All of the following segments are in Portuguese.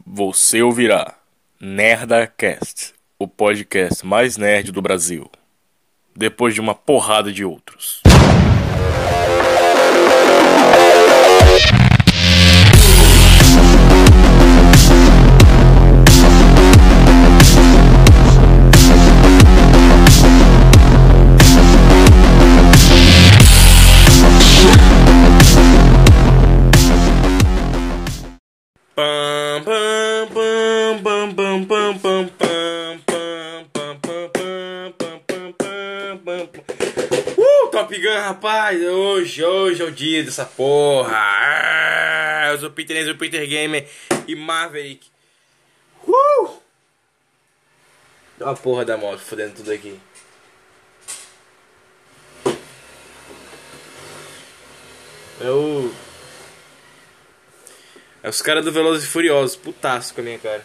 Você ouvirá NerdaCast, o podcast mais nerd do Brasil, depois de uma porrada de outros. Pam, pam, pam, pam, pam, pam, pam, pam, pam, pam, pam, pam, pam, pam, pam, pam. Top Gun, rapaz! Hoje é o dia dessa porra! Eu sou o Peter Gamer e Maverick. Olha a porra da moto fodendo tudo aqui. É os caras do Velozes e Furiosos, putaço com a minha cara.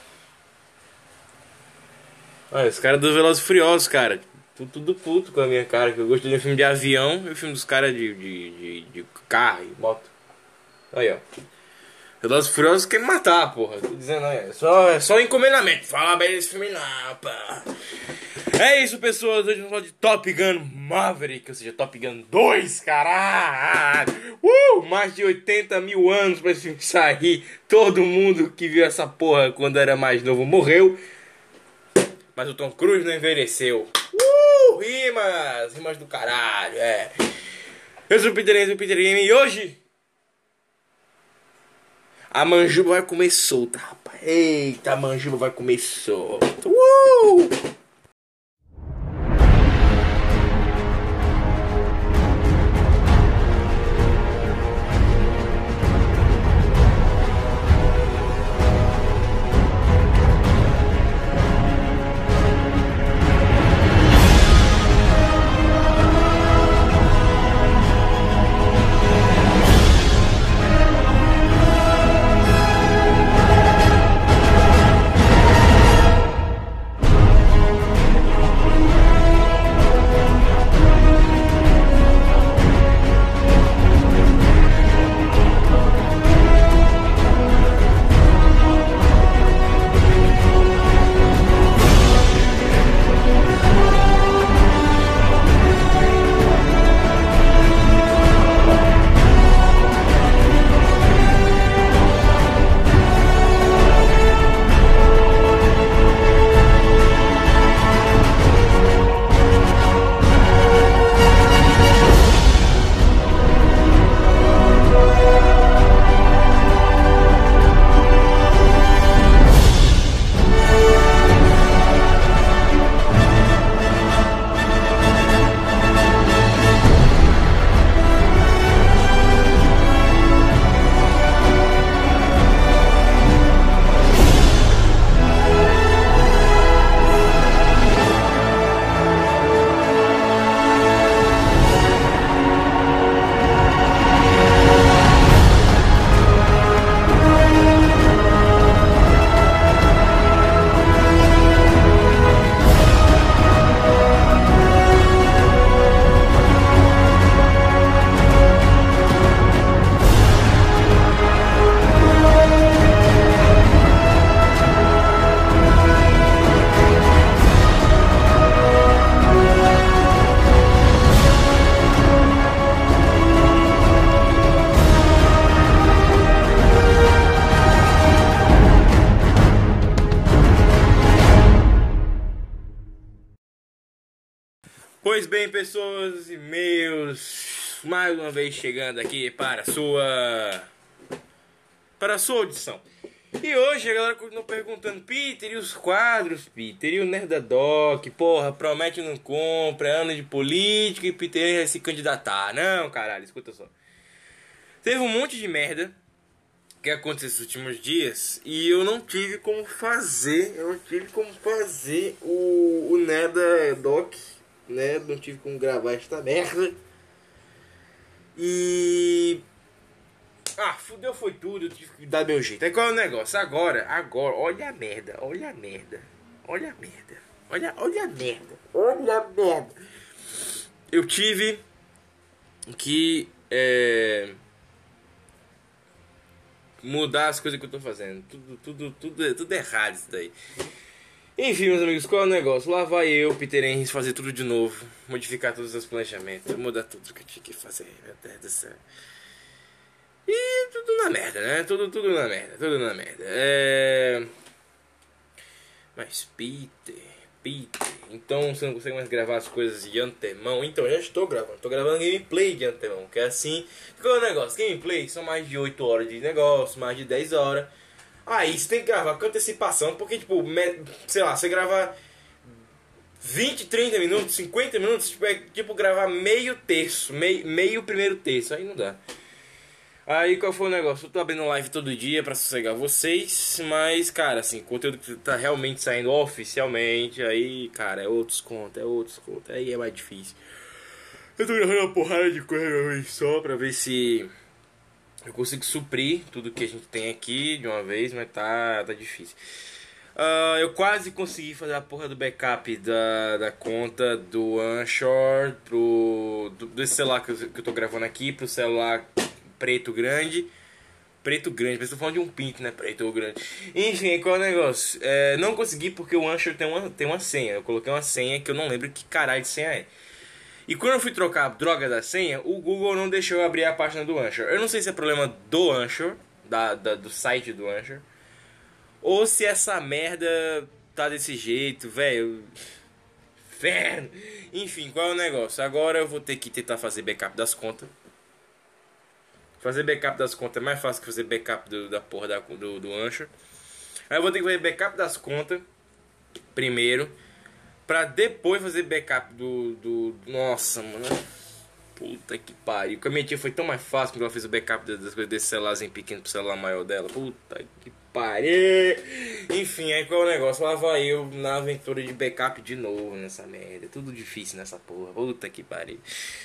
Olha, os caras do Velozes e Furiosos, cara. Tudo puto com a minha cara. Que eu gosto de um filme de avião e o filme dos caras de carro e moto. Aí, ó. Velozes e Furiosos quer me matar, porra. Tô dizendo, é só encomendamento. Fala bem desse filme não, pá. É isso, pessoas. Hoje vamos falar de Top Gun Maverick, ou seja, Top Gun 2, caralho. Mais de 80 mil anos pra esse filme sair. Todo mundo que viu essa porra quando era mais novo morreu. Mas o Tom Cruise não envelheceu. Rimas do caralho, é. Eu sou o Peter Game e hoje a manjuba vai comer solta, rapaz. Eita, a manjuba vai comer solta. Pois bem, pessoas e meus, mais uma vez chegando aqui para a sua audição. E hoje a galera continua perguntando: Peter, e os quadros, Peter? E o Nerdadoc? Porra, promete não compra, é ano de política e Peter vai se candidatar. Não, caralho, escuta só. Teve um monte de merda que aconteceu esses últimos dias e eu não tive como fazer, o Nerdadoc, né? Não tive como gravar esta merda. E fudeu, foi tudo, eu tive que dar meu jeito. Aí qual é o negócio? Agora, olha a merda. Eu tive que mudar as coisas que eu tô fazendo. Tudo errado isso daí. Enfim, meus amigos, qual é o negócio? Lá vai eu, Peter Henry, fazer tudo de novo. Modificar todos os planejamentos. Mudar tudo que eu tinha que fazer. Meu Deus do céu. E tudo na merda, né? Tudo na merda. Tudo na merda. Mas Peter, então você não consegue mais gravar as coisas de antemão? Então, eu já estou gravando. Estou gravando gameplay de antemão. Que é assim. Qual é o negócio? Gameplay são mais de 8 horas de negócio, mais de 10 horas. Aí você tem que gravar com antecipação, porque, tipo, sei lá, você gravar 20, 30 minutos, 50 minutos, tipo, é tipo gravar meio terço, meio primeiro terço, aí não dá. Aí qual foi o negócio? Eu tô abrindo live todo dia pra sossegar vocês, mas, cara, assim, conteúdo que tá realmente saindo oficialmente, aí, cara, é outros contos, aí é mais difícil. Eu tô gravando uma porrada de coisa de uma vez só pra ver se eu consigo suprir tudo que a gente tem aqui de uma vez, mas tá difícil. Eu quase consegui fazer a porra do backup da conta do Anchor desse celular que eu tô gravando aqui pro celular preto grande, parece que eu tô falando de um pinto, né? Preto ou grande. Enfim, qual é o negócio? Não consegui porque o Anchor tem uma senha. Eu coloquei uma senha que eu não lembro que caralho de senha é. E quando eu fui trocar a droga da senha, o Google não deixou eu abrir a página do Anchor. Eu não sei se é problema do Anchor, do site do Anchor, ou se essa merda tá desse jeito, velho. Inferno. Enfim, qual é o negócio? Agora eu vou ter que tentar fazer backup das contas. Fazer backup das contas é mais fácil que fazer backup da porra do Anchor. Aí eu vou ter que fazer backup das contas primeiro, pra depois fazer backup Nossa, mano. Puta que pariu. Com a minha tia foi tão mais fácil quando ela fez o backup das coisas desse celularzinho pequeno pro celular maior dela. Puta que pariu. Enfim, aí qual é o negócio? Lá vai eu na aventura de backup de novo nessa merda. Tudo difícil nessa porra. Puta que pariu.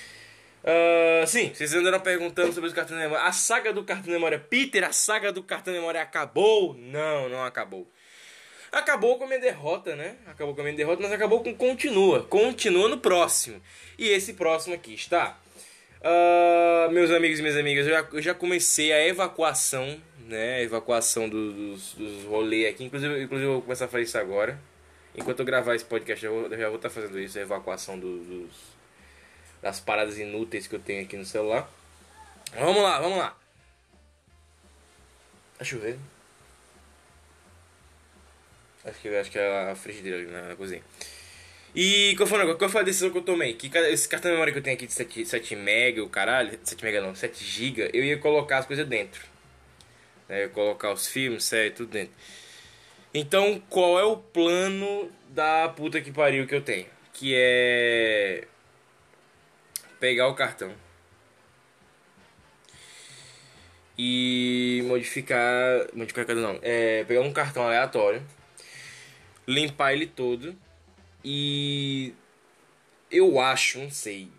Sim, vocês andaram perguntando sobre os cartões de memória. A saga do cartão de memória. Peter, a saga do cartão de memória acabou? Não acabou. Acabou com a minha derrota, né? Acabou com a minha derrota, mas acabou com continua. Continua no próximo. E esse próximo aqui está. Meus amigos e minhas amigas, eu já comecei a evacuação, né? A evacuação dos rolês aqui. Inclusive eu vou começar a fazer isso agora. Enquanto eu gravar esse podcast, eu já vou estar fazendo isso. A evacuação das paradas inúteis que eu tenho aqui no celular. Vamos lá. Tá chovendo? Acho que é a frigideira ali na cozinha. E qual foi o negócio? Qual foi a decisão que eu tomei? Que esse cartão de memória que eu tenho aqui de 7 MB, o caralho, 7 MB não, 7 GB, eu ia colocar as coisas dentro. Eu ia colocar os filmes, série, tudo dentro. Então, qual é o plano da puta que pariu que eu tenho? Que é pegar o cartão e modificar não, pegar um cartão aleatório, limpar ele todo e eu acho, não sei,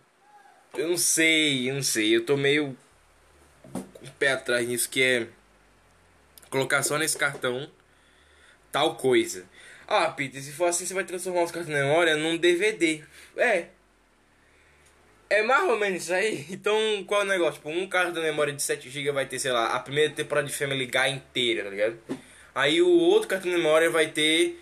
eu tô meio com o pé atrás nisso, que é colocar só nesse cartão tal coisa. Peter, se for assim você vai transformar os cartões de memória num DVD. É mais ou menos isso aí. Então, qual é o negócio? Tipo, um cartão de memória de 7 GB vai ter, sei lá, a primeira temporada de Family Guy inteira, tá ligado? Aí o outro cartão de memória vai ter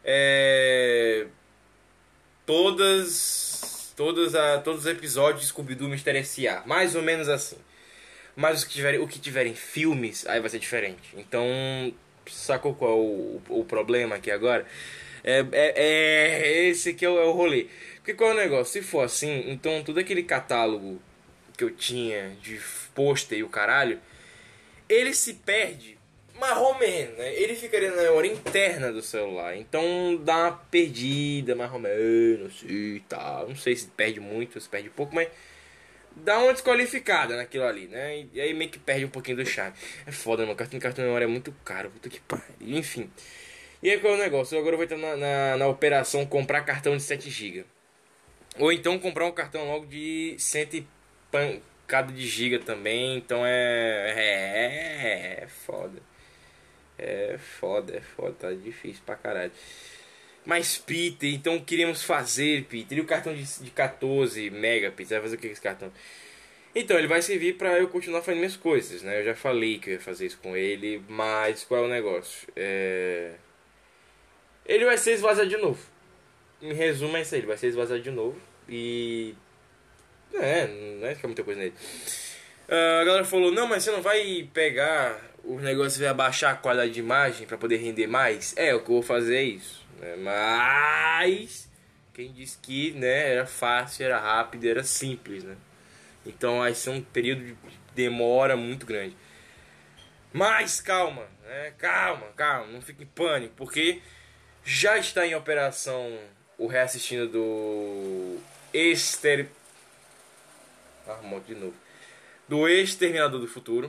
todos os episódios de Scooby-Doo Mistério S.A. Mais ou menos assim. Mas o que tiverem filmes, aí vai ser diferente. Então, sacou qual é o problema aqui agora? Esse aqui é o rolê. Porque qual é o negócio? Se for assim, então todo aquele catálogo que eu tinha de pôster e o caralho, ele se perde mais ou menos, né? Ele ficaria na memória interna do celular. Então dá uma perdida mais ou menos e tal. Não sei se perde muito, se perde pouco, mas dá uma desqualificada naquilo ali, né? E aí meio que perde um pouquinho do charme. É foda, mano. Cartão de memória é muito caro. Puta que pariu. Enfim. E aí qual é o negócio? Eu agora vou entrar na operação comprar cartão de 7 GB. Ou então comprar um cartão logo de 100 e pancada de giga também. Então é foda. É foda, tá difícil pra caralho. Mas Peter, então queríamos fazer, Peter. E o cartão de 14 mega, Peter? Vai fazer o que com esse cartão? Então, ele vai servir pra eu continuar fazendo minhas coisas, né? Eu já falei que eu ia fazer isso com ele, mas qual é o negócio? Ele vai ser esvaziado de novo. Em resumo, é isso aí. Ele vai ser esvaziado de novo. E... não vai ficar muita coisa nele. A galera falou, não, mas você não vai pegar os negócios e vai abaixar a qualidade de imagem pra poder render mais? O que eu vou fazer é isso, né? Mas... quem disse que, né, era fácil, era rápido, era simples, né? Então vai ser um período de demora muito grande. Mas calma, né? Calma, não fique em pânico, porque já está em operação o reassistindo do moto de novo. Do Exterminador do Futuro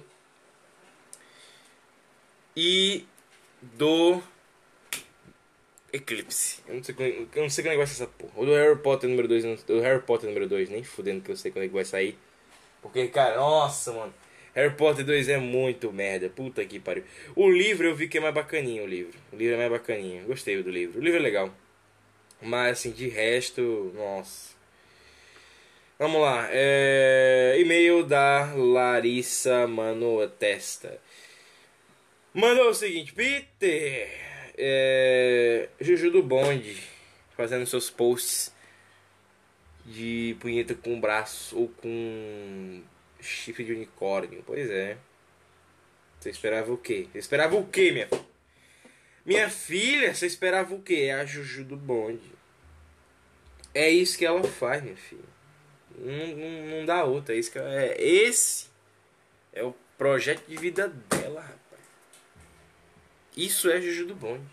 e do Eclipse. Eu não sei quando é que vai sair essa porra. O do Harry Potter número 2, do Harry Potter número 2, nem fudendo que eu sei quando é que vai sair. Porque, cara, nossa, mano. Harry Potter 2 é muito merda. Puta que pariu. O livro eu vi que é mais bacaninho, o livro. O livro é mais bacaninho. Gostei do livro. O livro é legal. Mas, assim, de resto, nossa. Vamos lá. E-mail da Larissa Mano Testa. Mandou o seguinte. Peter. Juju do Bonde. Fazendo seus posts de punheta com braço ou com chifre de unicórnio. Pois é. Você esperava o quê? Você esperava o quê, minha filha? Minha filha, você esperava o quê? É a Juju do Bonde. É isso que ela faz, minha filha. Não dá outra. Esse é o projeto de vida dela, rapaz. Isso é Juju do Bonde.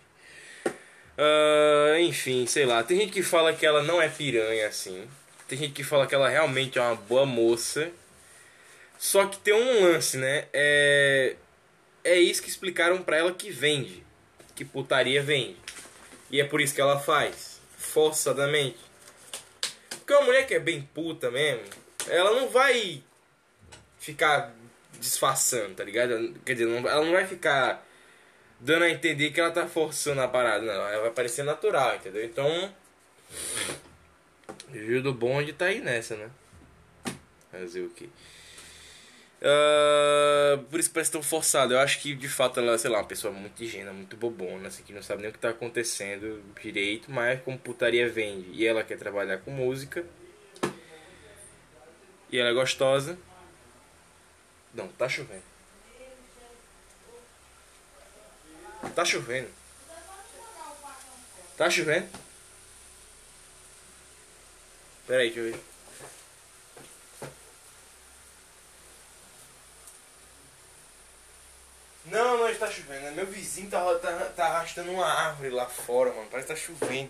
Enfim, sei lá. Tem gente que fala que ela não é piranha assim. Tem gente que fala que ela realmente é uma boa moça. Só que tem um lance, né? É isso que explicaram pra ela que vende. Que putaria vende. E é por isso que ela faz. Forçadamente. Porque uma mulher que é bem puta mesmo, ela não vai ficar disfarçando, tá ligado? Quer dizer, ela não vai ficar dando a entender que ela tá forçando a parada. Não, ela vai parecer natural, entendeu? Então, o Gil do Bonde tá aí nessa, né? Fazer o quê? Por isso que parece tão forçado. Eu acho que de fato ela, sei lá, uma pessoa muito ingênua, muito bobona, assim, que não sabe nem o que tá acontecendo direito, mas como putaria vende e ela quer trabalhar com música e ela é gostosa. Não, tá chovendo. Tá chovendo. Tá chovendo? Pera aí, deixa eu ver. Não está chovendo. Meu vizinho tá arrastando uma árvore lá fora, mano. Parece que tá chovendo.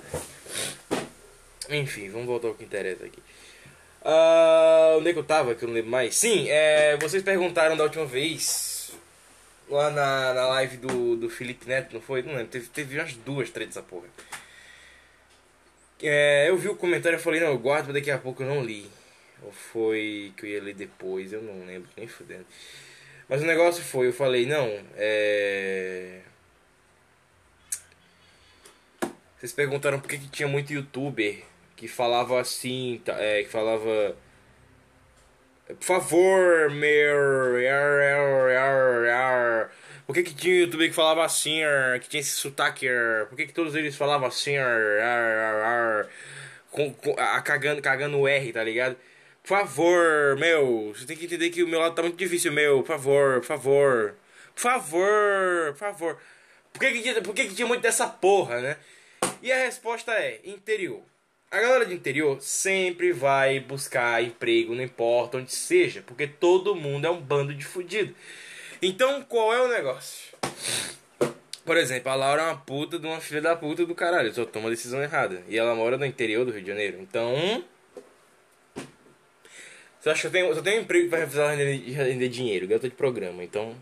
Enfim, vamos voltar ao que interessa aqui. Onde é que eu tava? Que eu não lembro mais. Sim, vocês perguntaram da última vez. Lá na live do Felipe Neto, não foi? Não lembro. Teve umas duas, três dessa porra. Eu vi o comentário e falei, não, eu guardo pra daqui a pouco, eu não li. Ou foi que eu ia ler depois, eu não lembro, nem fudendo. Mas o negócio foi, eu falei, não, vocês perguntaram por que tinha muito youtuber que falava assim, que falava... Por favor, meu... Por que tinha youtuber que falava assim, que tinha esse sotaque? Por que todos eles falavam assim, cagando o R, tá ligado? Por favor, meu, você tem que entender que o meu lado tá muito difícil, meu. Por favor, por favor. Por favor, por favor. Por que tinha muito dessa porra, né? E a resposta é interior. A galera de interior sempre vai buscar emprego, não importa onde seja, porque todo mundo é um bando de fudido. Então, qual é o negócio? Por exemplo, a Laura é uma puta de uma filha da puta do caralho, só toma a decisão errada. E ela mora no interior do Rio de Janeiro. Então, você acha que eu só tenho um emprego pra precisar render dinheiro, garota de programa, então...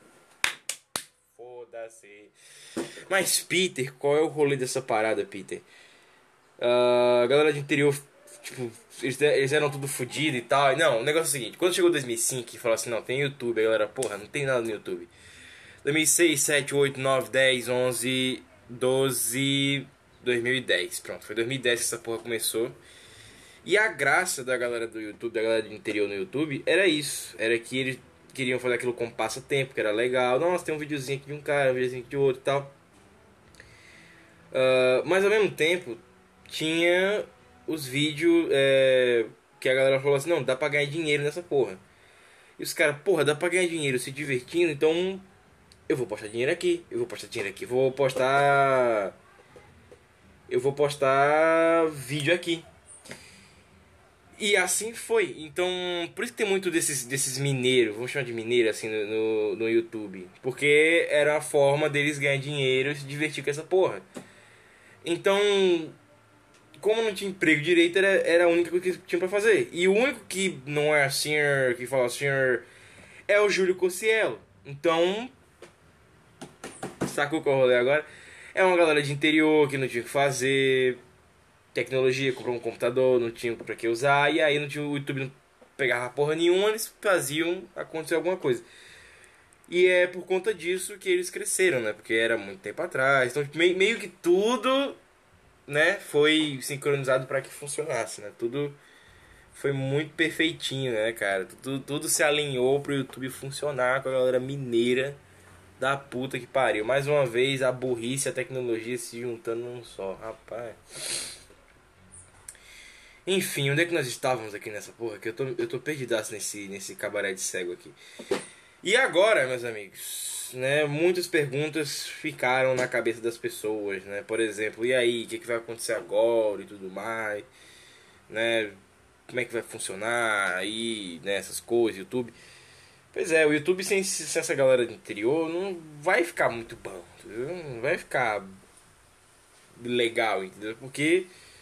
Foda-se. Mas, Peter, qual é o rolê dessa parada, Peter? A galera de interior, tipo, eles eram tudo fodido e tal. Não, o negócio é o seguinte, quando chegou 2005 e falou assim, não, tem YouTube, a galera, porra, não tem nada no YouTube. 2006, 7, 8, 9, 10, 11, 12, 2010, pronto, foi 2010 que essa porra começou. E a graça da galera do YouTube, da galera do interior no YouTube, era isso. Era que eles queriam fazer aquilo como passatempo, que era legal. Nossa, tem um videozinho aqui de um cara, um videozinho aqui de outro e tal. Mas ao mesmo tempo, tinha os vídeos que a galera falou assim, não, dá pra ganhar dinheiro nessa porra. E os caras, porra, dá pra ganhar dinheiro se divertindo, então eu vou postar dinheiro aqui, eu vou postar dinheiro aqui, vou postar. Eu vou postar vídeo aqui. E assim foi. Então, por isso que tem muito desses mineiros, vamos chamar de mineiro assim no YouTube. Porque era a forma deles ganhar dinheiro e se divertir com essa porra. Então, como não tinha emprego direito, era a única coisa que eles tinham pra fazer. E o único que não é assim, que fala assim, é o Júlio Cossielo. Então, sacou qual é o rolê agora? É uma galera de interior que não tinha o que fazer, tecnologia, comprou um computador, não tinha pra que usar, e aí não tinha, o YouTube não pegava porra nenhuma, eles faziam acontecer alguma coisa. E é por conta disso que eles cresceram, né? Porque era muito tempo atrás. Então, meio que tudo, né, foi sincronizado para que funcionasse, né? Tudo foi muito perfeitinho, né, cara? Tudo se alinhou pro YouTube funcionar com a galera mineira da puta que pariu. Mais uma vez, a burrice e a tecnologia se juntando num só, rapaz. Enfim, onde é que nós estávamos aqui nessa porra? Que eu tô perdidaço nesse cabaré de cego aqui. E agora, meus amigos, né? Muitas perguntas ficaram na cabeça das pessoas, né? Por exemplo, e aí, o que vai acontecer agora e tudo mais, né? Como é que vai funcionar aí, né? Essas coisas, YouTube. Pois é, o YouTube sem essa galera do interior não vai ficar muito bom, entendeu? Não vai ficar legal, entendeu? Porque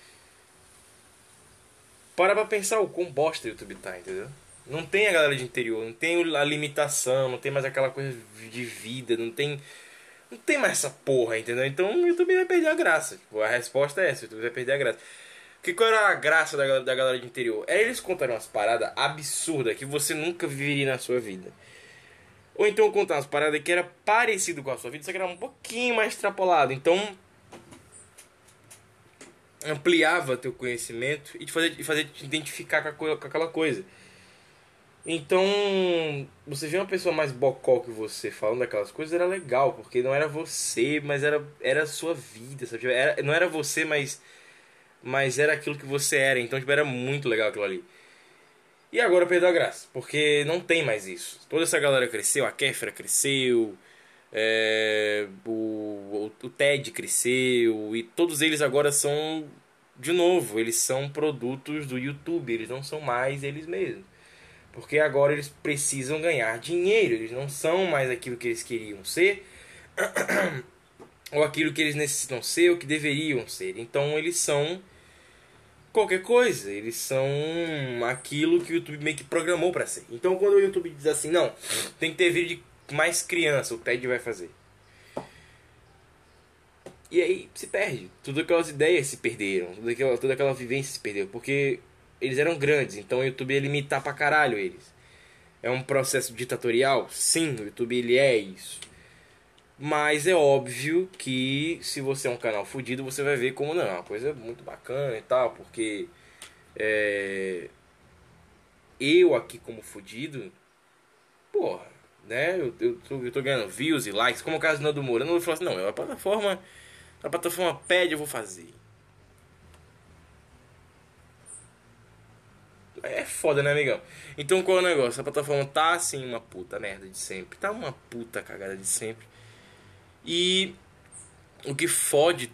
para pra pensar o quão bosta o YouTube tá, entendeu? Não tem a galera de interior, não tem a limitação, não tem mais aquela coisa de vida, não tem mais essa porra, entendeu? Então o YouTube vai perder a graça. Tipo, a resposta é essa, o YouTube vai perder a graça. Porque qual era a graça da galera de interior? Era eles contarem umas paradas absurdas que você nunca viveria na sua vida. Ou então contar umas paradas que era parecido com a sua vida, só que era um pouquinho mais extrapolado. Então ampliava teu conhecimento e te fazer te identificar com aquela coisa. Então, você vê uma pessoa mais bocó que você falando daquelas coisas, era legal, porque não era você, mas era a sua vida, sabe? Não era você, mas era aquilo que você era. Então, tipo, era muito legal aquilo ali. E agora perdeu a graça, porque não tem mais isso. Toda essa galera cresceu, a Kéfera cresceu, o Ted cresceu, e todos eles agora são, de novo, eles são produtos do YouTube, eles não são mais eles mesmos. Porque agora eles precisam ganhar dinheiro, eles não são mais aquilo que eles queriam ser, ou aquilo que eles necessitam ser, ou que deveriam ser. Então eles são qualquer coisa, eles são aquilo que o YouTube meio que programou pra ser. Então quando o YouTube diz assim, não, tem que ter vídeo de mais criança, o TED vai fazer. E aí se perde. Todas aquelas ideias se perderam, toda aquela vivência se perdeu, porque eles eram grandes, então o YouTube ia limitar pra caralho eles. É um processo ditatorial? Sim, o YouTube ele é isso. Mas é óbvio que se você é um canal fudido, você vai ver como não, é uma coisa muito bacana e tal, porque eu aqui como fudido, porra, né? Eu tô ganhando views e likes, como o caso do Nando Moura. Eu não vou falar assim, não, a plataforma pede, eu vou fazer. É foda, né, amigão? Então qual é o negócio? A plataforma tá assim uma puta merda de sempre. Tá uma puta cagada de sempre. E o que fode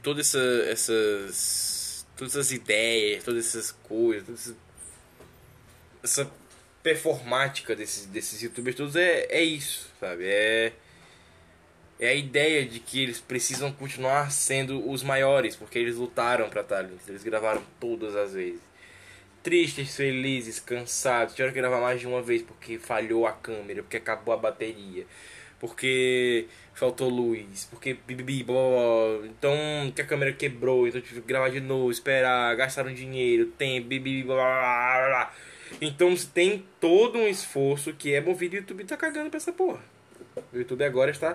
todas essas ideias, todas essas coisas, essa performática desses youtubers todos é isso, sabe? É a ideia de que eles precisam continuar sendo os maiores, porque eles lutaram pra estar ali. Eles gravaram todas as vezes. Tristes, felizes, cansados, tiveram que gravar mais de uma vez porque falhou a câmera, porque acabou a bateria, porque faltou luz, porque bibibi, blá, blá, blá. Então que a câmera quebrou, então tive que gravar de novo, esperar, gastaram dinheiro, tempo, bibibi, blá, blá, blá. Então tem todo um esforço que é movido e o YouTube tá cagando pra essa porra. O YouTube agora está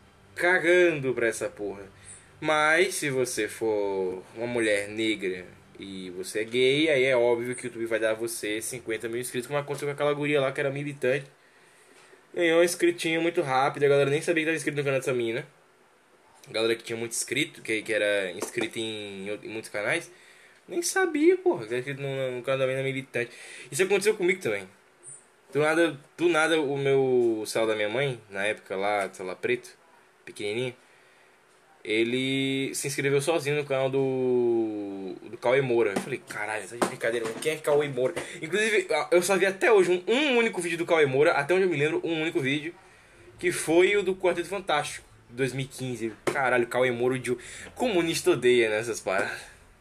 cagando pra essa porra. Mas se você for uma mulher negra e você é gay, aí é óbvio que o YouTube vai dar a você 50 mil inscritos, como aconteceu com aquela guria lá que era militante. Ganhou um inscritinho muito rápido, a galera nem sabia que estava inscrito no canal dessa mina. A galera que tinha muito inscrito, que era inscrito em muitos canais, nem sabia, porra, que era inscrito no canal da mina militante. Isso aconteceu comigo também. Do nada o celular da minha mãe, na época lá, celular preto, pequenininho, ele se inscreveu sozinho no canal do Cauê Moura. Eu falei, caralho, essa de brincadeira, quem é Cauê Moura? Inclusive, eu só vi até hoje um único vídeo do Cauê Moura, até onde eu me lembro, um único vídeo, que foi o do Quarteto Fantástico, 2015. Caralho, Cauê Moura, o comunista odeia nessas paradas.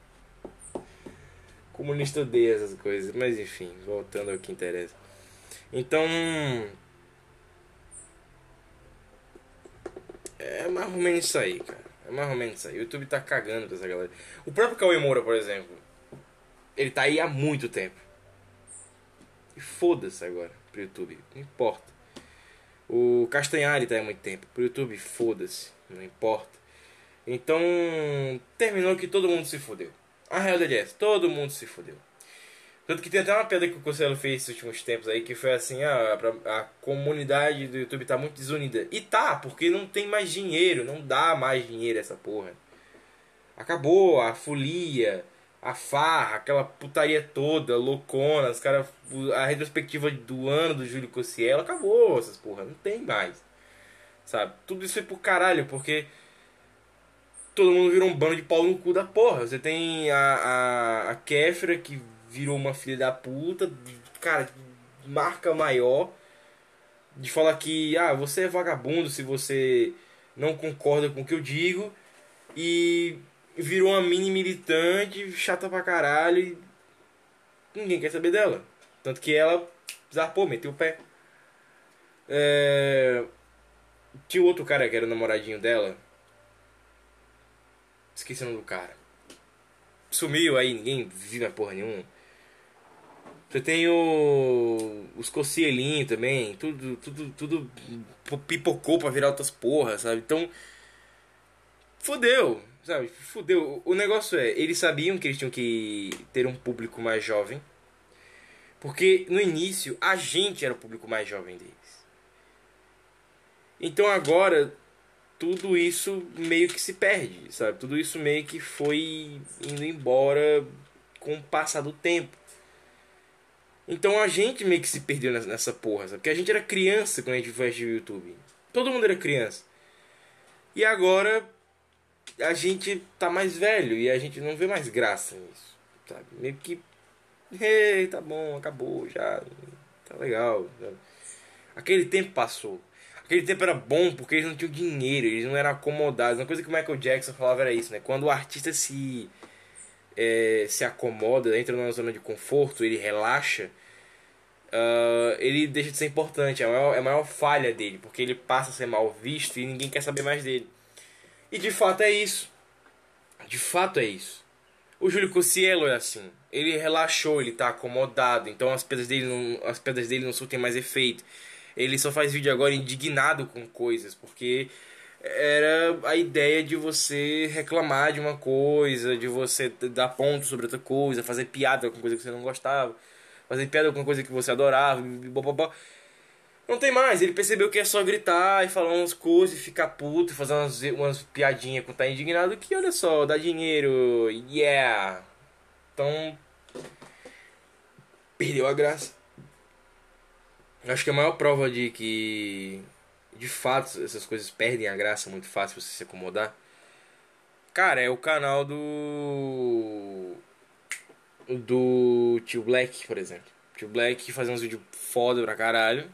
Comunista odeia essas coisas, mas enfim, voltando ao que interessa. Então, é mais ou menos isso aí, cara. É mais ou menos isso aí. O YouTube tá cagando pra essa galera. O próprio Cauê Moura, por exemplo, ele tá aí há muito tempo. E foda-se agora pro YouTube, não importa. O Castanhari tá aí há muito tempo. Pro YouTube, foda-se, não importa. Então, terminou que todo mundo se fodeu. A realidade é essa, todo mundo se fodeu. Tanto que tem até uma piada que o Conselho fez esses últimos tempos aí, que foi assim, a comunidade do YouTube tá muito desunida. E tá, porque não tem mais dinheiro, não dá mais dinheiro essa porra. Acabou a folia, a farra, aquela putaria toda, loucona, os caras, a retrospectiva do ano do Júlio Cossielo, acabou essas porra, não tem mais. Sabe? Tudo isso foi pro caralho, porque todo mundo virou um bando de pau no cu da porra. Você tem a Kéfera que virou uma filha da puta, cara, marca maior, de falar que você é vagabundo se você não concorda com o que eu digo, e virou uma mini militante, chata pra caralho, e ninguém quer saber dela. Tanto que ela zarpou, meteu o pé. Tinha outro cara que era o namoradinho dela, esqueci o nome do cara. Sumiu aí, ninguém viu mais porra nenhuma. Você tem os Cocielinho também, tudo pipocou pra virar outras porras, sabe? Então, fodeu, sabe? Fodeu. O negócio é, eles sabiam que eles tinham que ter um público mais jovem, porque no início a gente era o público mais jovem deles. Então agora tudo isso meio que se perde, sabe? Tudo isso meio que foi indo embora com o passar do tempo. Então a gente meio que se perdeu nessa porra, sabe? Porque a gente era criança quando a gente foi assistir o YouTube. Todo mundo era criança. E agora a gente tá mais velho e a gente não vê mais graça nisso, sabe? Meio que, ei, tá bom, acabou já, tá legal, sabe? Aquele tempo passou. Aquele tempo era bom porque eles não tinham dinheiro, eles não eram acomodados. Uma coisa que o Michael Jackson falava era isso, né? Quando o artista se acomoda, entra numa zona de conforto, ele relaxa, ele deixa de ser importante. É a maior falha dele, porque ele passa a ser mal visto e ninguém quer saber mais dele. E de fato é isso. De fato é isso. O Júlio Cossielo é assim. Ele relaxou, ele tá acomodado, então as pedras dele não surtem mais efeito. Ele só faz vídeo agora indignado com coisas, porque era a ideia de você reclamar de uma coisa, de você dar ponto sobre outra coisa, fazer piada com coisa que você não gostava, fazer piada com coisa que você adorava, não tem mais. Ele percebeu que é só gritar e falar umas coisas e ficar puto, e fazer umas piadinhas quando tá indignado, que olha só, dá dinheiro, yeah. Então, perdeu a graça. Acho que a maior prova de que de fato essas coisas perdem a graça muito fácil você se acomodar, cara, é o canal do Tio Black, por exemplo. Tio Black fazia uns vídeos foda pra caralho.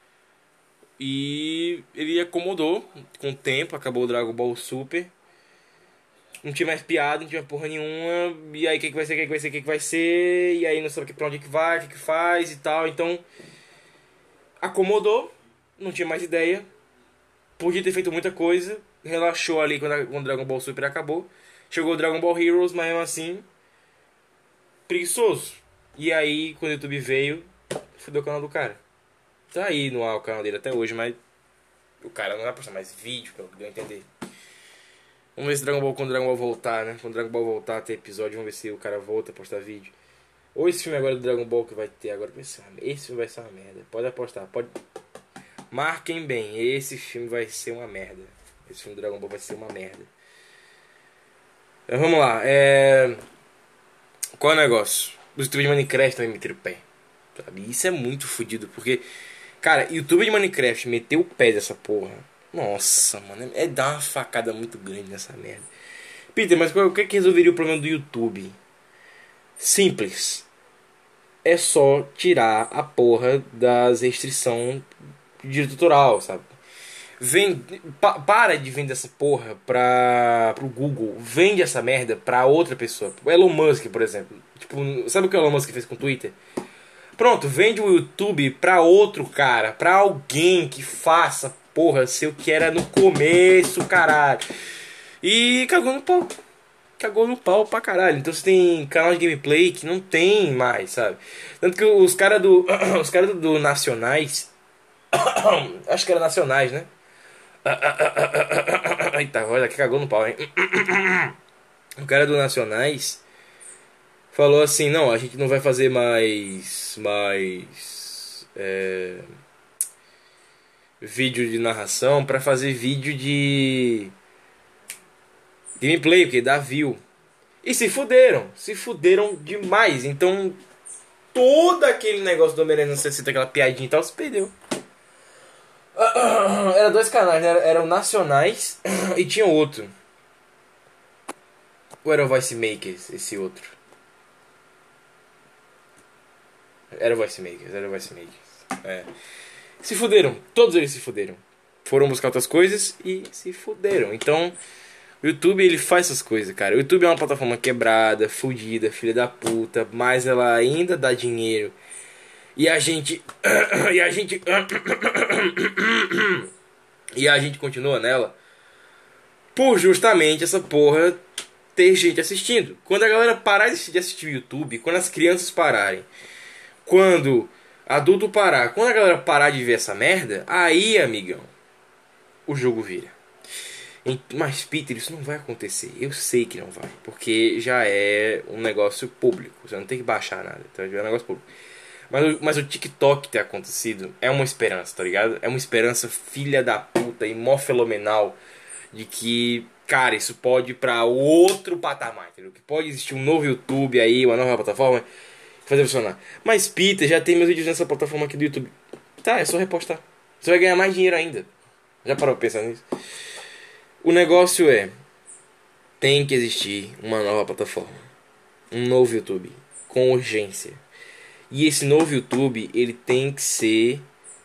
E ele acomodou com o tempo, acabou o Dragon Ball Super. Não tinha mais piada, não tinha porra nenhuma. E aí o que vai ser, o que vai ser, o que vai ser. E aí não sabe pra onde que vai, o que faz e tal. Então, acomodou, não tinha mais ideia. Podia ter feito muita coisa. Relaxou ali quando o Dragon Ball Super acabou. Chegou o Dragon Ball Heroes, mas mesmo assim, preguiçoso. E aí, quando o YouTube veio, fudeu o canal do cara. Tá aí no ar o canal dele até hoje, mas o cara não vai postar mais vídeo, pelo que deu a entender. Vamos ver se Dragon Ball, quando Dragon Ball voltar, né? Quando Dragon Ball voltar a ter episódio, vamos ver se o cara volta a postar vídeo. Ou esse filme agora do Dragon Ball que vai ter agora. Esse filme vai ser uma merda. Pode apostar, pode. Marquem bem, esse filme vai ser uma merda. Esse filme do Dragon Ball vai ser uma merda. Então, vamos lá. Qual é o negócio? Os youtubers de Minecraft também meteram o pé. Sabe? Isso é muito fodido, porque, cara, YouTube de Minecraft meteu o pé dessa porra. Nossa, mano, é dar uma facada muito grande nessa merda. Peter, mas o que é que resolveria o problema do YouTube? Simples. É só tirar a porra das restrições de direito autoral, sabe? Para de vender essa porra pro Google. Vende essa merda pra outra pessoa. O Elon Musk, por exemplo. Tipo, sabe o que o Elon Musk fez com o Twitter? Pronto, vende o YouTube pra outro cara. Pra alguém que faça, porra, sei o que era no começo, caralho. E cagou no pau. Cagou no pau pra caralho. Então você tem canal de gameplay que não tem mais, sabe? Tanto que os caras do. Os caras do Nacionais. Acho que era Nacionais, né? Eita, olha que cagou no pau, hein? O cara do Nacionais falou assim: não, a gente não vai fazer mais vídeo de narração pra fazer vídeo de gameplay, porque dá view. E se fuderam demais. Então todo aquele negócio do Homem-Aranha 60, aquela piadinha e tal, se perdeu. Era dois canais, né? Eram Nacionais e tinha outro. Ou era o Voice Makers, esse outro? Era o Voice Makers. Se fuderam, todos eles se fuderam. Foram buscar outras coisas e se fuderam. Então, o YouTube, ele faz essas coisas, cara. O YouTube é uma plataforma quebrada, fudida, filha da puta, mas ela ainda dá dinheiro. E a gente continua nela por justamente essa porra ter gente assistindo. Quando a galera parar de assistir o YouTube, quando as crianças pararem, quando adulto parar, quando a galera parar de ver essa merda, aí, amigão, o jogo vira. Mas, Peter, isso não vai acontecer. Eu sei que não vai, porque já é um negócio público. Você não tem que baixar nada, então já é um negócio público. Mas o TikTok ter acontecido é uma esperança, tá ligado? É uma esperança filha da puta e mó fenomenal de que, cara, isso pode ir pra outro patamar, entendeu? Que pode existir um novo YouTube aí, uma nova plataforma, fazer funcionar. Mas, Peter, já tem meus vídeos nessa plataforma aqui do YouTube. Tá, é só repostar. Você vai ganhar mais dinheiro ainda. Já parou pra pensar nisso? O negócio tem que existir uma nova plataforma. Um novo YouTube. Com urgência. E esse novo YouTube, ele tem que ser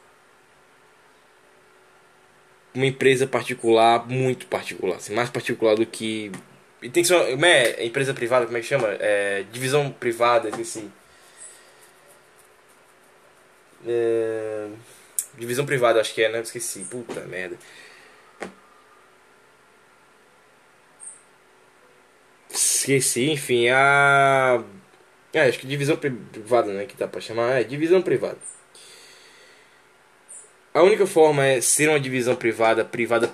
uma empresa particular, muito particular, assim, mais particular do que... E tem que ser uma empresa privada, como é que chama? Divisão privada, esqueci. Divisão privada, acho que é, né? Esqueci, puta merda. Esqueci, enfim, acho que divisão privada, né, que dá pra chamar. Divisão privada. A única forma é ser uma divisão privada.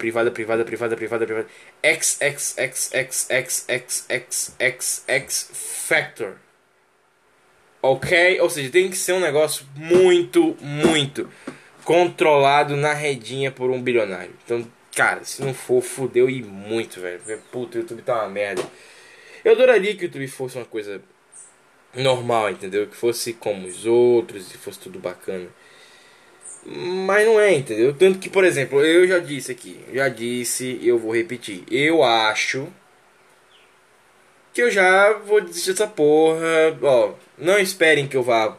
X Factor. Ok? Ou seja, tem que ser um negócio muito, muito controlado na redinha por um bilionário. Então, cara, se não for, fudeu e muito, velho. Puta, o YouTube tá uma merda. Eu adoraria que o YouTube fosse uma coisa normal, entendeu? Que fosse como os outros e fosse tudo bacana. Mas não é, entendeu? Tanto que, por exemplo, eu já disse aqui, e eu vou repetir. Eu acho que eu já vou desistir dessa porra. Ó, não esperem que eu vá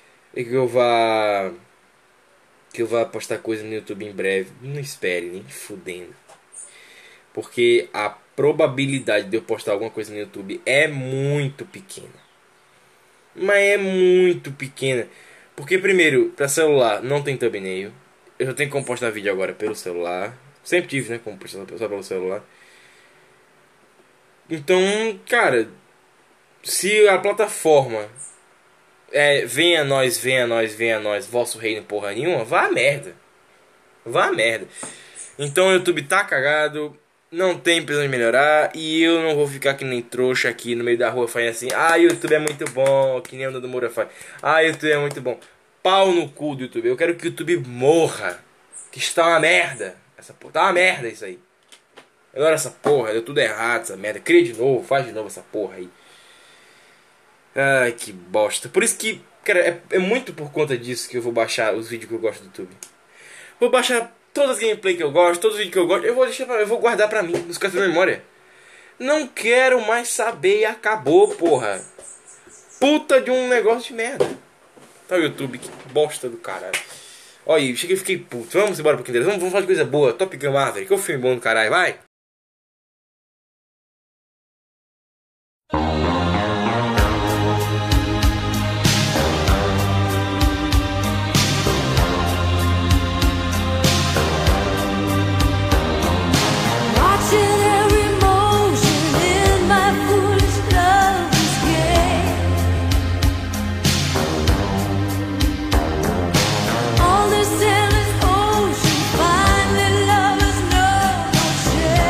postar coisa no YouTube em breve. Não espere, nem fudendo. Porque a probabilidade de eu postar alguma coisa no YouTube é muito pequena. Mas é muito pequena. Porque, primeiro, pra celular não tem thumbnail. Eu só tenho como postar vídeo agora pelo celular. Sempre tive, né? Como postar só pelo celular. Então, cara, se a plataforma venha a nós, vosso reino porra nenhuma, vá a merda. Então o YouTube tá cagado. não tem precisão de melhorar. E eu não vou ficar que nem trouxa aqui no meio da rua fazendo assim: ah, YouTube é muito bom, que nem o Nando Moura faz. Ah, YouTube é muito bom. Pau no cu do YouTube. Eu quero que o YouTube morra. Que está uma merda. Essa porra, tá uma merda isso aí. Agora essa porra, deu tudo errado essa merda. Cria de novo, faz de novo essa porra aí. Ai, que bosta. Por isso que, cara, é muito por conta disso que eu vou baixar os vídeos que eu gosto do YouTube. Vou baixar todas as gameplay que eu gosto, todos os vídeos que eu gosto. Eu vou guardar pra mim, nos cartões de memória. Não quero mais saber e acabou, porra. Puta de um negócio de merda. Tá o YouTube, que bosta do caralho. Olha aí, cheguei e fiquei puto. Vamos embora pro Quinteiro. Vamos falar de coisa boa. Top Gun Maverick, que é um filme bom do caralho, vai. Watching every motion in my foolish love's game. All this endless ocean, finally lovers know no shame.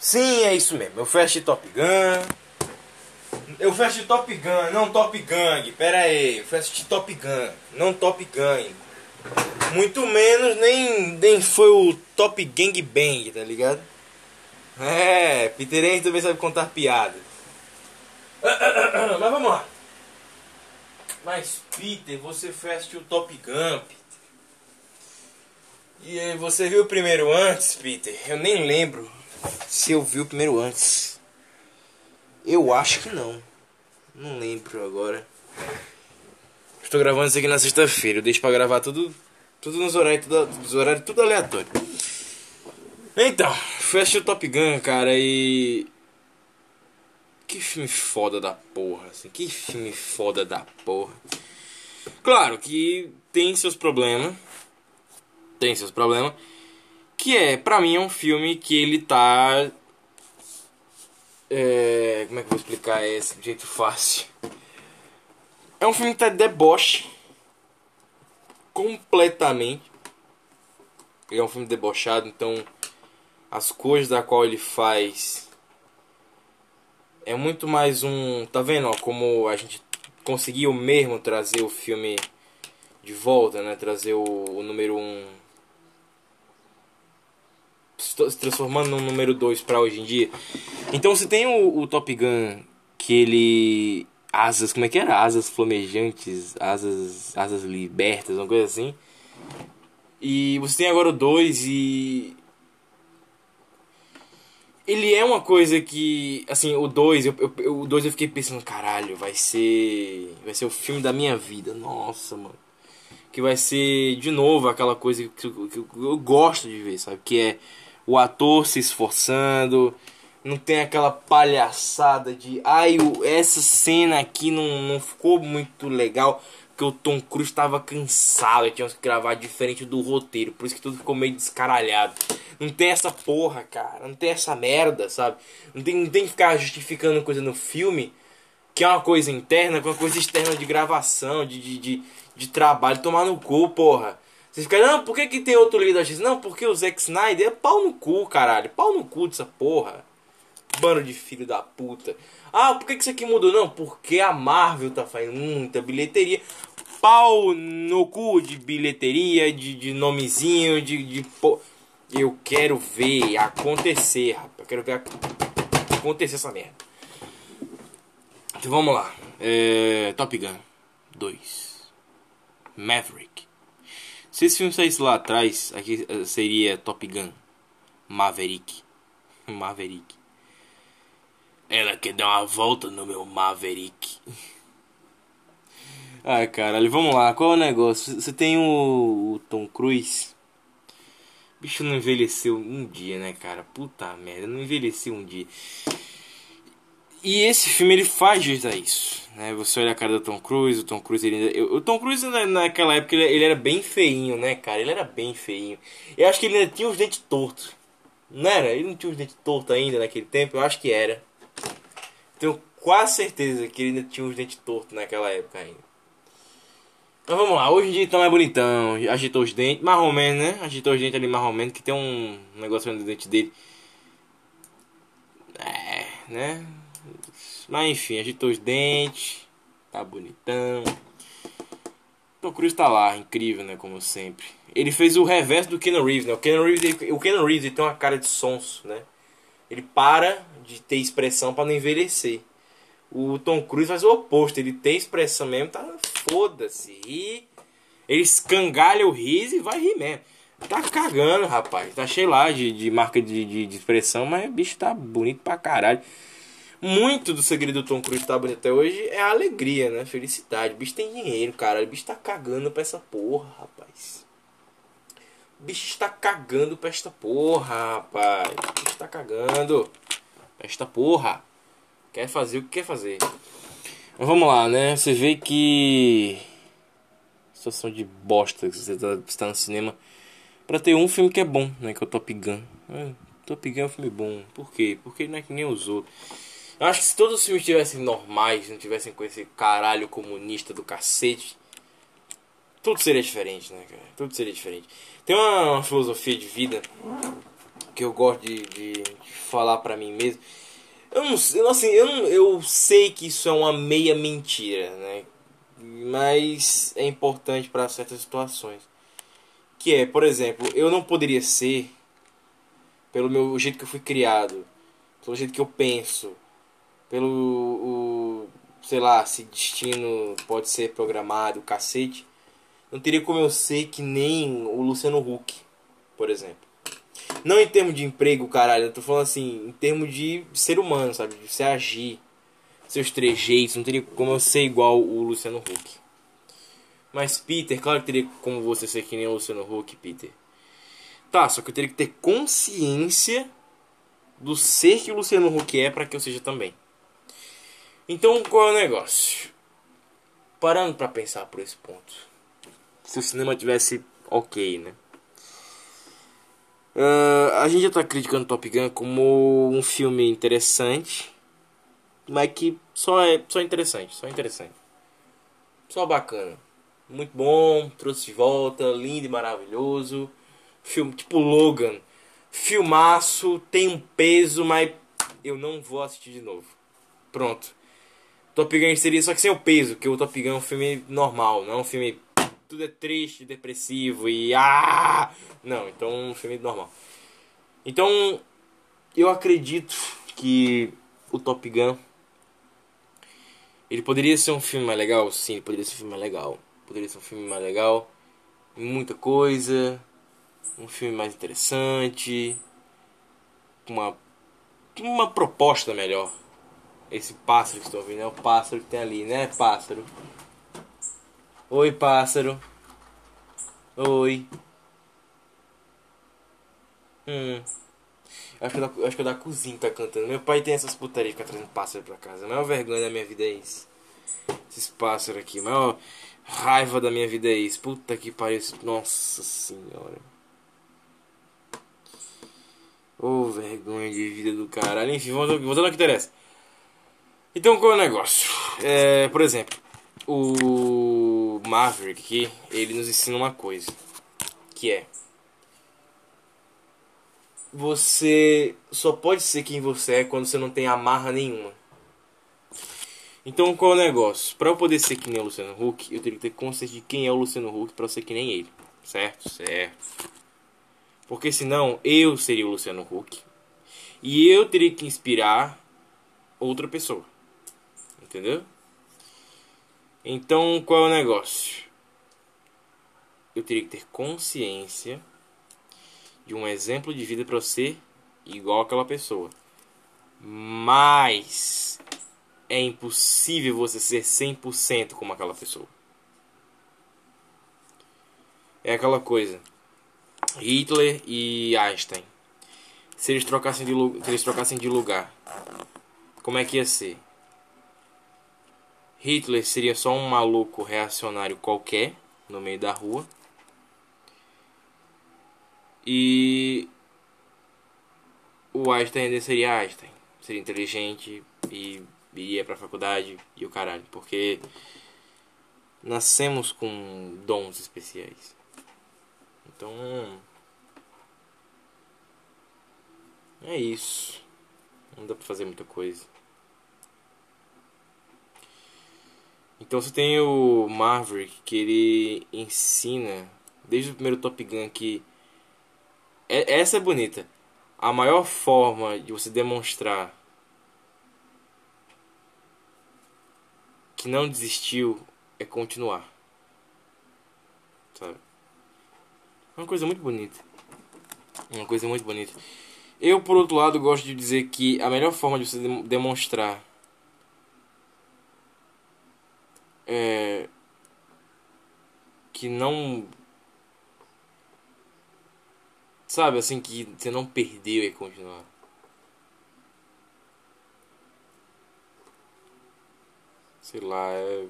Sim, é isso mesmo. Eu fui assistir Top Gun. Eu fui assistir Top Gun, não Top Gang. Pera aí, eu fui assistir Top Gun, não Top Gun. Muito menos nem foi o Top Gang Bang, tá ligado? É, Peter Henry também sabe contar piadas. Mas vamos lá. Mas Peter, você foi assistir o Top Gun, Peter. E aí, você viu o primeiro antes, Peter? Eu nem lembro se eu vi o primeiro antes. Eu acho que não. Não lembro agora. Estou gravando isso aqui na sexta-feira. Eu deixo pra gravar tudo nos horários, tudo aleatório. Então, fui assistir o Top Gun, cara, e... Que filme foda da porra, assim. Que filme foda da porra. Claro que tem seus problemas. Que é, pra mim, é um filme que ele tá... como é que eu vou explicar esse de jeito fácil? É um filme que tá de deboche. Completamente. Ele é um filme debochado, então... As coisas da qual ele faz... É muito mais um... Tá vendo, ó, como a gente conseguiu mesmo trazer o filme de volta, né? Trazer o número 1... Se transformando no número 2 pra hoje em dia. Então você tem o Top Gun, que ele... Asas, como é que era? Asas flamejantes, asas libertas, uma coisa assim. E você tem agora o 2 e... Ele é uma coisa que... Assim, o 2, o 2 eu fiquei pensando, caralho, vai ser o filme da minha vida. Nossa, mano. Que vai ser, de novo, aquela coisa que eu gosto de ver, sabe? Que é o ator se esforçando. Não tem aquela palhaçada de... Ai, essa cena aqui não ficou muito legal, porque o Tom Cruise estava cansado e tinha que gravar diferente do roteiro. Por isso que tudo ficou meio descaralhado. Não tem essa porra, cara. Não tem essa merda, sabe? Não tem que ficar justificando coisa no filme que é uma coisa interna com uma coisa externa de gravação, de trabalho. Tomar no cu, porra. Vocês ficam, não, por que tem outro líder da X? Não, porque o Zack Snyder é pau no cu, caralho. Pau no cu dessa porra. Bando de filho da puta. Ah, por que isso aqui mudou? Não, porque a Marvel tá fazendo muita bilheteria. Pau no cu de bilheteria, de nomezinho, de Eu quero ver acontecer, rapaz. Eu quero ver acontecer essa merda. Então vamos lá. Top Gun 2 Maverick. Se esse filme saísse lá atrás, aqui seria Top Gun Maverick. Ela quer dar uma volta no meu Maverick. Ai, caralho, vamos lá. Qual é o negócio? Você tem o Tom Cruise. O bicho não envelheceu um dia, né, cara? Puta merda, não envelheceu um dia. E esse filme, ele faz jus a isso, né? Você olha a cara do Tom Cruise, o Tom Cruise, o Tom Cruise naquela época, ele era bem feinho, né, cara? Ele era bem feinho. Eu acho que ele ainda tinha os dentes tortos. Não era? Ele não tinha os dentes tortos ainda naquele tempo? Eu acho que era. Tenho quase certeza que ele ainda tinha os dentes tortos naquela época ainda. Mas vamos lá, hoje em dia tá mais bonitão. Agitou os dentes, mais ou menos, né? Agitou os dentes ali mais ou menos, que tem um negócio no dente dele. Né? Mas enfim, agitou os dentes. Tá bonitão. Tom Cruise tá lá, incrível, né? Como sempre. Ele fez o reverso do Keanu Reeves, né? O Keanu Reeves ele tem uma cara de sonso, né? Ele para de ter expressão pra não envelhecer. O Tom Cruise faz o oposto. Ele tem expressão mesmo, tá foda-se. Ri. Ele escangalha o riso e vai rir mesmo. Tá cagando, rapaz. Tá cheio lá de marca de expressão, mas o bicho tá bonito pra caralho. Muito do segredo do Tom Cruise tá bonito até hoje é a alegria, né? Felicidade. O bicho tem dinheiro, cara. O bicho tá cagando pra essa porra, rapaz. O bicho está cagando pra esta porra, rapaz. O bicho tá cagando pra esta porra. Quer fazer o que quer fazer. Mas vamos lá, né? Você vê que... situação de bosta que você tá no cinema pra ter um filme que é bom, né? Que é o Top Gun. Top Gun é um filme bom. Por quê? Porque ele não é que nem os outros. Eu acho que se todos os filmes tivessem normais, não tivessem com esse caralho comunista do cacete, tudo seria diferente, né, cara? Tudo seria diferente. Tem uma filosofia de vida que eu gosto de falar pra mim mesmo. Eu não sei, assim, eu sei que isso é uma meia mentira, né? Mas é importante para certas situações. Que é, por exemplo, eu não poderia ser, pelo meu o jeito que eu fui criado, pelo jeito que eu penso, pelo sei lá, se destino pode ser programado, cacete. Não teria como eu ser que nem o Luciano Huck, por exemplo. Não em termos de emprego, caralho, eu tô falando assim, em termos de ser humano, sabe? De você agir, seus trejeitos, não teria como eu ser igual o Luciano Huck. Mas Peter, claro que teria como você ser que nem o Luciano Huck, Peter. Tá, só que eu teria que ter consciência do ser que o Luciano Huck é pra que eu seja também. Então, qual é o negócio? Parando pra pensar por esse ponto. Se o cinema tivesse ok, né? A gente já tá criticando Top Gun como um filme interessante, mas que só interessante, só bacana, muito bom, trouxe de volta, lindo e maravilhoso, filme tipo Logan, filmaço, tem um peso, mas eu não vou assistir de novo. Pronto. Top Gun seria só que sem o peso, que o Top Gun é um filme normal, não é um filme tudo é triste, depressivo e não, então é um filme normal. Então, eu acredito que o Top Gun ele poderia ser um filme mais legal, sim, poderia ser um filme mais legal. Poderia ser um filme mais legal, muita coisa, um filme mais interessante, uma proposta melhor. Esse pássaro que estou ouvindo é o pássaro que tem ali, né, pássaro? Oi, pássaro. Oi. Acho que é da cozinha que tá cantando. Meu pai tem essas putarias de ficar trazendo pássaro pra casa. A maior vergonha da minha vida é isso. Esses pássaros aqui. A maior raiva da minha vida é isso. Puta que pariu. Nossa senhora. Ô, vergonha de vida do caralho. Enfim, voltando ao que interessa. Então, qual é o negócio? Por exemplo, o Maverick aqui, ele nos ensina uma coisa. Que é... Você só pode ser quem você é quando você não tem amarra nenhuma. Então, qual é o negócio? Pra eu poder ser que nem o Luciano Huck, eu teria que ter consciência de quem é o Luciano Huck pra eu ser que nem ele. Certo? Certo. Porque senão, eu seria o Luciano Huck. E eu teria que inspirar outra pessoa. Entendeu? Então, qual é o negócio? Eu teria que ter consciência de um exemplo de vida pra eu ser igual aquela pessoa. Mas é impossível você ser 100% como aquela pessoa. É aquela coisa. Hitler e Einstein. Se eles trocassem de lugar, como é que ia ser? Hitler seria só um maluco reacionário qualquer no meio da rua. E o Einstein ainda seria Einstein. Seria inteligente e ia pra faculdade e o caralho. Porque nascemos com dons especiais. Então é isso. Não dá pra fazer muita coisa. Então você tem o Maverick, que ele ensina desde o primeiro Top Gun que essa é bonita. A maior forma de você demonstrar que não desistiu é continuar. Sabe? É uma coisa muito bonita. Uma coisa muito bonita. Eu, por outro lado, gosto de dizer que a melhor forma de você demonstrar que não... Sabe, assim, que você não perdeu e continuar. Sei lá,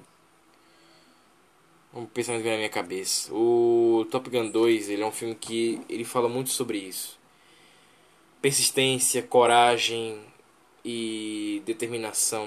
um pensamento que vem na minha cabeça. O Top Gun 2, ele é um filme que ele fala muito sobre isso. Persistência, coragem e determinação.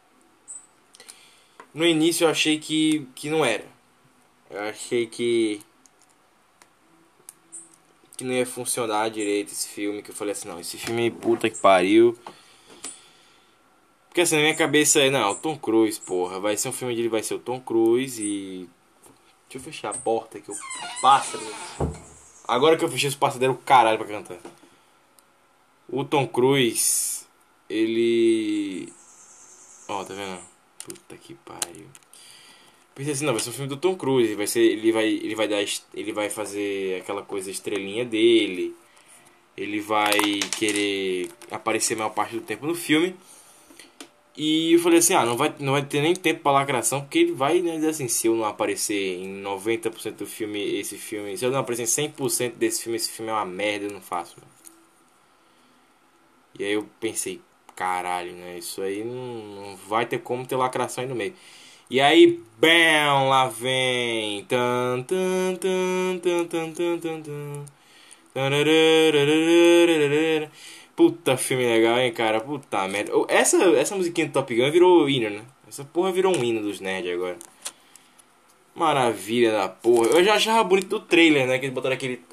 No início eu achei que não era. Eu achei que que não ia funcionar direito esse filme, que eu falei assim, não, esse filme puta que pariu. Porque assim, na minha cabeça é, não, o Tom Cruise, porra, vai ser um filme onde ele vai ser o Tom Cruise e... Deixa eu fechar a porta que eu passo. Agora que eu fechei os passos deram o caralho pra cantar. O Tom Cruise, ele... Ó, tá vendo? Puta que pariu. Pensei assim, não, vai ser um filme do Tom Cruise, vai ser, ele vai fazer aquela coisa estrelinha dele. Ele vai querer aparecer a maior parte do tempo no filme. E eu falei assim, não vai ter nem tempo pra lacração, porque ele vai, né, dizer assim, se eu não aparecer em 90% do filme, esse filme, se eu não aparecer em 100% desse filme, esse filme é uma merda, eu não faço, mano. E aí eu pensei, caralho, né, isso aí não vai ter como ter lacração aí no meio. E aí, bam, lá vem. Tan, tan, tan, tan, tan, tan, tan, tan. Tarararararararara. Puta filme legal, hein, cara? Puta merda. Essa musiquinha do Top Gun virou hino, né? Essa porra virou um hino dos nerds agora. Maravilha da porra. Eu já achava bonito do trailer, né? Que eles botaram aquele.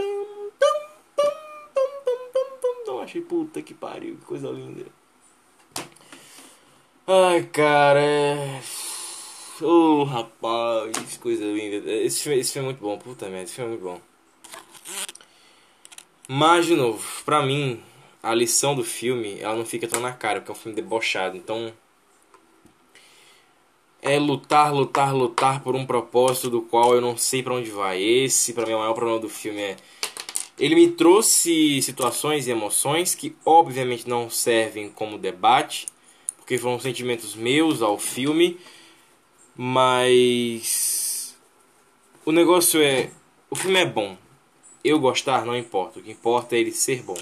Achei, puta que pariu, que coisa linda. Ai, cara. Rapaz, coisa linda. Esse filme é muito bom, puta merda, esse filme é muito bom. Mas, de novo, pra mim, a lição do filme, ela não fica tão na cara, porque é um filme debochado. Então, é lutar, lutar, lutar por um propósito do qual eu não sei pra onde vai. Esse, pra mim, é o maior problema do filme. Ele me trouxe situações e emoções que, obviamente, não servem como debate, porque foram sentimentos meus ao filme. Mas o negócio é, o filme é bom. Eu gostar não importa, o que importa é ele ser bom.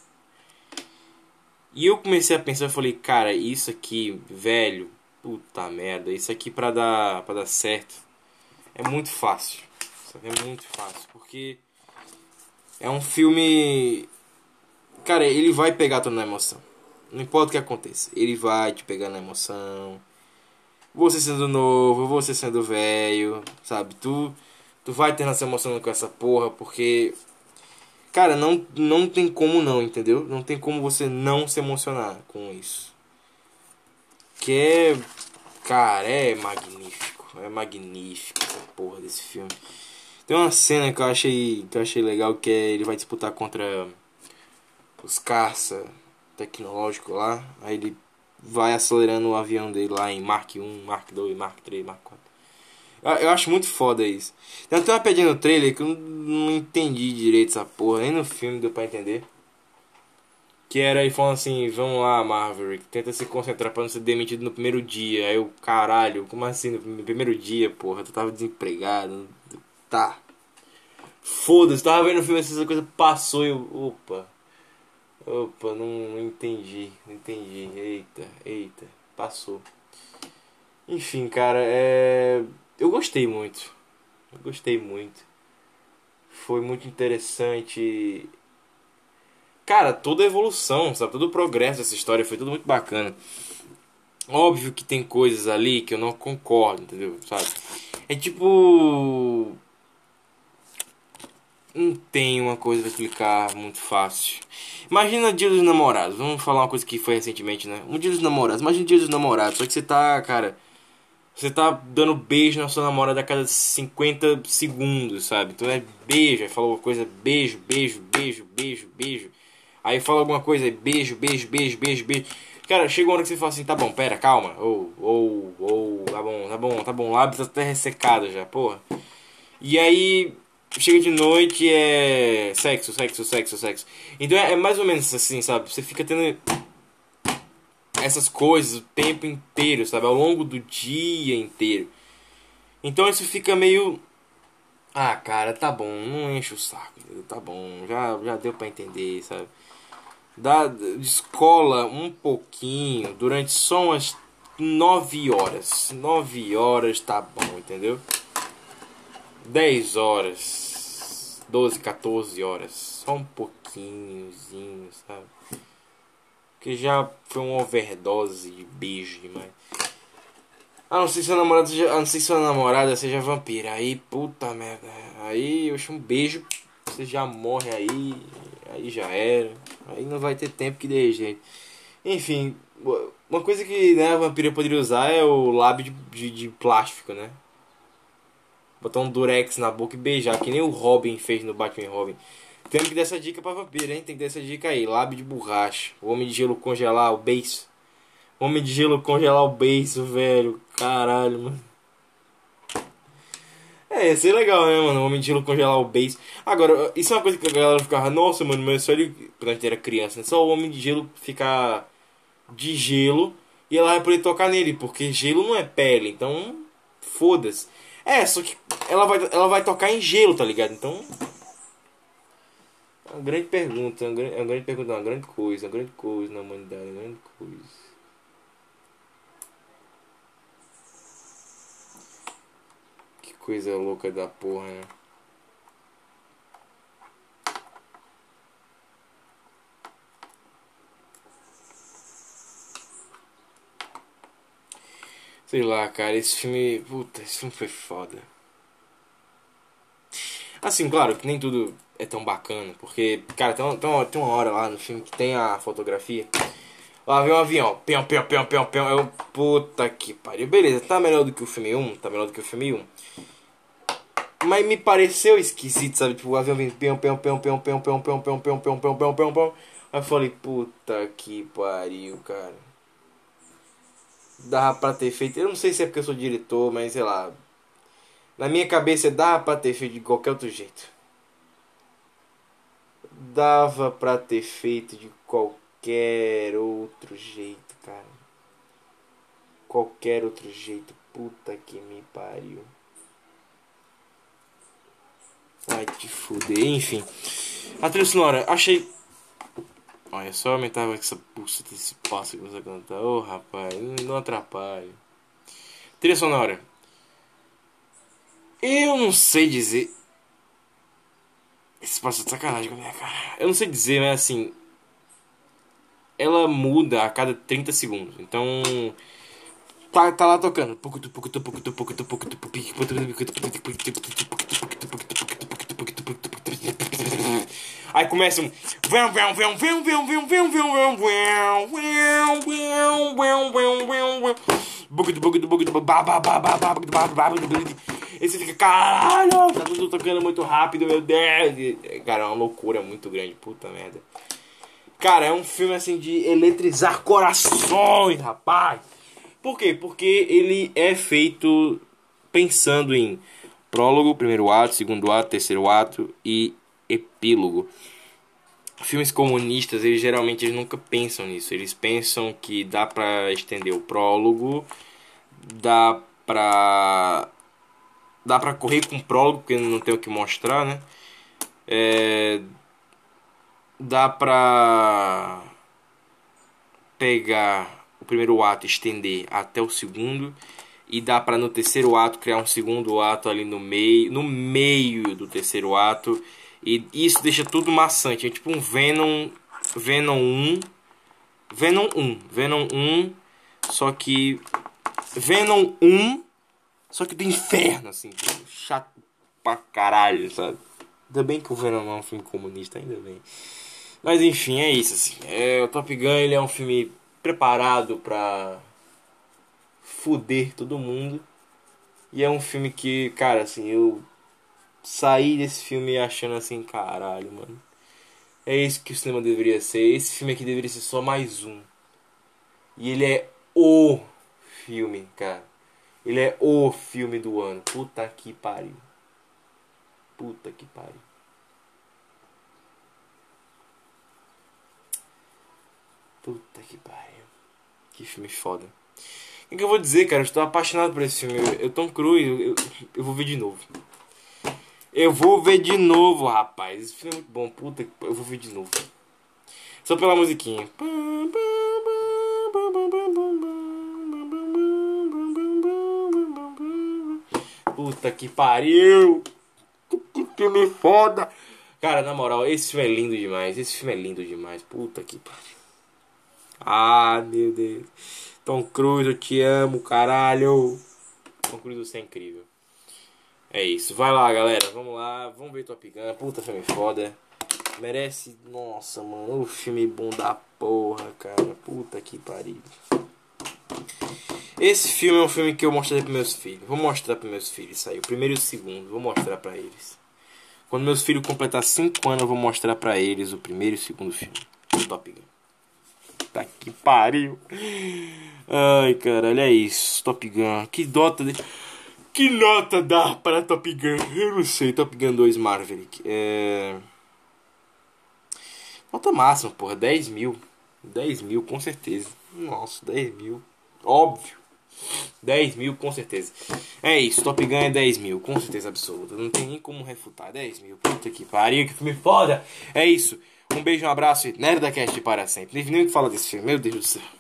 E eu comecei a pensar, eu falei, cara, isso aqui, velho, puta merda, isso aqui pra dar certo é muito fácil. Isso aqui é muito fácil, porque é um filme, cara, ele vai pegar tu na emoção. Não importa o que aconteça, ele vai te pegar na emoção. Você sendo novo, você sendo velho, sabe? Tu vai ter essa emoção com essa porra, porque... Cara, não tem como não, entendeu? Não tem como você não se emocionar com isso. Que é... Cara, é magnífico. É magnífico essa porra desse filme. Tem uma cena que eu achei legal, que é ele vai disputar contra os caça tecnológicos lá. Aí ele vai acelerando o avião dele lá em Mark 1, Mark 2, Mark 3, Mark 4. Eu acho muito foda isso. Tem até uma pedinha no trailer que eu não entendi direito essa porra. Nem no filme deu pra entender. Que era ele falando assim, vamos lá, Maverick, tenta se concentrar pra não ser demitido no primeiro dia. Aí eu, caralho, como assim no primeiro dia, porra? Tu tava desempregado. Tá. Foda-se, tava vendo o filme assim, essa coisa passou e eu, Opa, não entendi. Não entendi. Eita. Passou. Enfim, cara, eu gostei muito. Foi muito interessante. Cara, toda a evolução, sabe? Todo o progresso dessa história foi tudo muito bacana. Óbvio que tem coisas ali que eu não concordo, entendeu? Sabe? É tipo... Não tem uma coisa pra explicar muito fácil. Imagina Dia dos Namorados. Vamos falar uma coisa que foi recentemente, né? Um Dia dos Namorados. Imagina Dia dos Namorados. Só que você tá, cara... Você tá dando beijo na sua namorada a cada 50 segundos, sabe? Então é beijo. Aí fala alguma coisa, beijo. Aí fala alguma coisa, beijo. Cara, chega uma hora que você fala assim, tá bom, pera, calma. Tá bom. O lábio tá até ressecado já, porra. E aí... Chega de noite e é sexo. Então é mais ou menos assim, sabe? Você fica tendo essas coisas o tempo inteiro, sabe? Ao longo do dia inteiro. Então isso fica meio... Ah, cara, tá bom, não enche o saco, entendeu? Tá bom, já deu pra entender, sabe? Descola um pouquinho durante só umas 9 horas. 9 horas tá bom, entendeu? 10 horas, 12, 14 horas, só um pouquinhozinho, sabe? Porque já foi uma overdose de beijo demais. A não ser se sua namorada seja vampira. Aí, puta merda. Aí eu acho um beijo você já morre aí já era. Aí não vai ter tempo que dê jeito. Enfim, uma coisa que, né, a vampira poderia usar é o lábio de plástico, né? Botar um durex na boca e beijar, que nem o Robin fez no Batman e Robin. Temos que dar essa dica pra vampira, hein? Tem que dar essa dica aí. Lábio de borracha. O Homem de Gelo congelar o beiço. Homem de Gelo congelar o beiço, velho. Caralho, mano. Ia ser legal, né, mano? O Homem de Gelo congelar o beiço. Agora, isso é uma coisa que a galera ficava... Nossa, mano, mas só ele... Quando a gente era criança, né? Só o Homem de Gelo ficar de gelo e ela vai poder tocar nele. Porque gelo não é pele, então... Foda-se. Só que ela vai tocar em gelo, tá ligado? Então... É uma grande pergunta, é uma grande pergunta, uma grande coisa na humanidade, uma grande coisa. Que coisa louca da porra, né? Sei lá, cara, esse filme... Puta, esse filme foi foda. Assim, claro que nem tudo é tão bacana, porque, cara, tem uma hora lá no filme que tem a fotografia. Lá vem um avião, pião, pião, pião, pião, pião. Eu, puta que pariu. Beleza, tá melhor do que o filme 1, tá melhor do que o filme 1. Mas me pareceu esquisito, sabe? Tipo, o avião vem pião, pião, pião, pião, pião, pião, pião, pião, pião, pião, pião, pião, pião, pião. Aí eu falei, puta que pariu, cara. Dava pra ter feito. Eu não sei se é porque eu sou diretor, mas sei lá. Na minha cabeça dava pra ter feito de qualquer outro jeito. Dava pra ter feito de qualquer outro jeito, cara. Qualquer outro jeito. Puta que me pariu. Vai te fuder. Enfim. A trilha sonora, achei... Olha, só aumentava essa pulsa desse passo que você canta. Ô, rapaz, não atrapalha. Trilha sonora. Eu não sei dizer... Esse passo de sacanagem com a minha cara. Eu não sei dizer, mas assim... Ela muda a cada 30 segundos. Então... Tá lá tocando. Aí começa um... E você fica, caralho, tá tudo tocando muito rápido, meu Deus. Cara, é uma loucura muito grande, puta merda. Cara, é um filme assim de eletrizar corações, rapaz. Por quê? Porque ele é feito pensando em prólogo, primeiro ato, segundo ato, terceiro ato e epílogo. Filmes comunistas, eles nunca pensam nisso. Eles pensam que dá pra estender o prólogo, dá pra correr com o prólogo, porque não tem o que mostrar, né? Dá pra pegar o primeiro ato e estender até o segundo. E dá pra no terceiro ato criar um segundo ato ali no meio do terceiro ato. E isso deixa tudo maçante. É tipo um Venom 1. Venom 1. Só que Venom 1. Só que do inferno, assim. Chato pra caralho, sabe? Ainda bem que o Venom não é um filme comunista, ainda bem. Mas enfim, é isso, assim. O Top Gun, ele é um filme preparado pra fuder todo mundo. E é um filme que, cara, assim, eu saí desse filme achando assim, caralho, mano. É isso que o cinema deveria ser. Esse filme aqui deveria ser só mais um. E ele é o filme, cara. Ele é o filme do ano. Puta que pariu. Puta que pariu. Puta que pariu. Que filme foda. O que eu vou dizer, cara? Eu estou apaixonado por esse filme. Eu Tom Cruise, eu vou ver de novo. Eu vou ver de novo, rapaz. Esse filme é muito bom. Puta que eu vou ver de novo. Só pela musiquinha. Puta que pariu. Que filme foda. Cara, na moral, esse filme é lindo demais. Esse filme é lindo demais. Puta que pariu. Ah, meu Deus. Tom Cruise, eu te amo, caralho. Tom Cruise, você é incrível. É isso. Vai lá, galera. Vamos lá. Vamos ver Top Gun. Puta, filme foda. Merece. Nossa, mano. O filme bom da porra, cara. Puta que pariu. Esse filme é um filme que eu mostrei pros meus filhos. Vou mostrar pros meus filhos. Isso aí. O primeiro e o segundo. Vou mostrar pra eles. Quando meus filhos completar 5 anos, eu vou mostrar pra eles o primeiro e o segundo filme do Top Gun. Tá que pariu. Ai, caralho, é isso. Top Gun. Que nota dá para Top Gun? Eu não sei. Top Gun 2 Maverick. Nota máxima, porra. 10 mil. 10 mil, com certeza. Nossa, 10 mil. Óbvio. 10 mil, com certeza. É isso. Top Gun é 10 mil. Com certeza absoluta. Não tem nem como refutar. 10 mil. Puta que pariu. Que filme foda. É isso. Um beijo, um abraço e NerdaCast para sempre. Nem o que fala desse filme. Meu Deus do céu.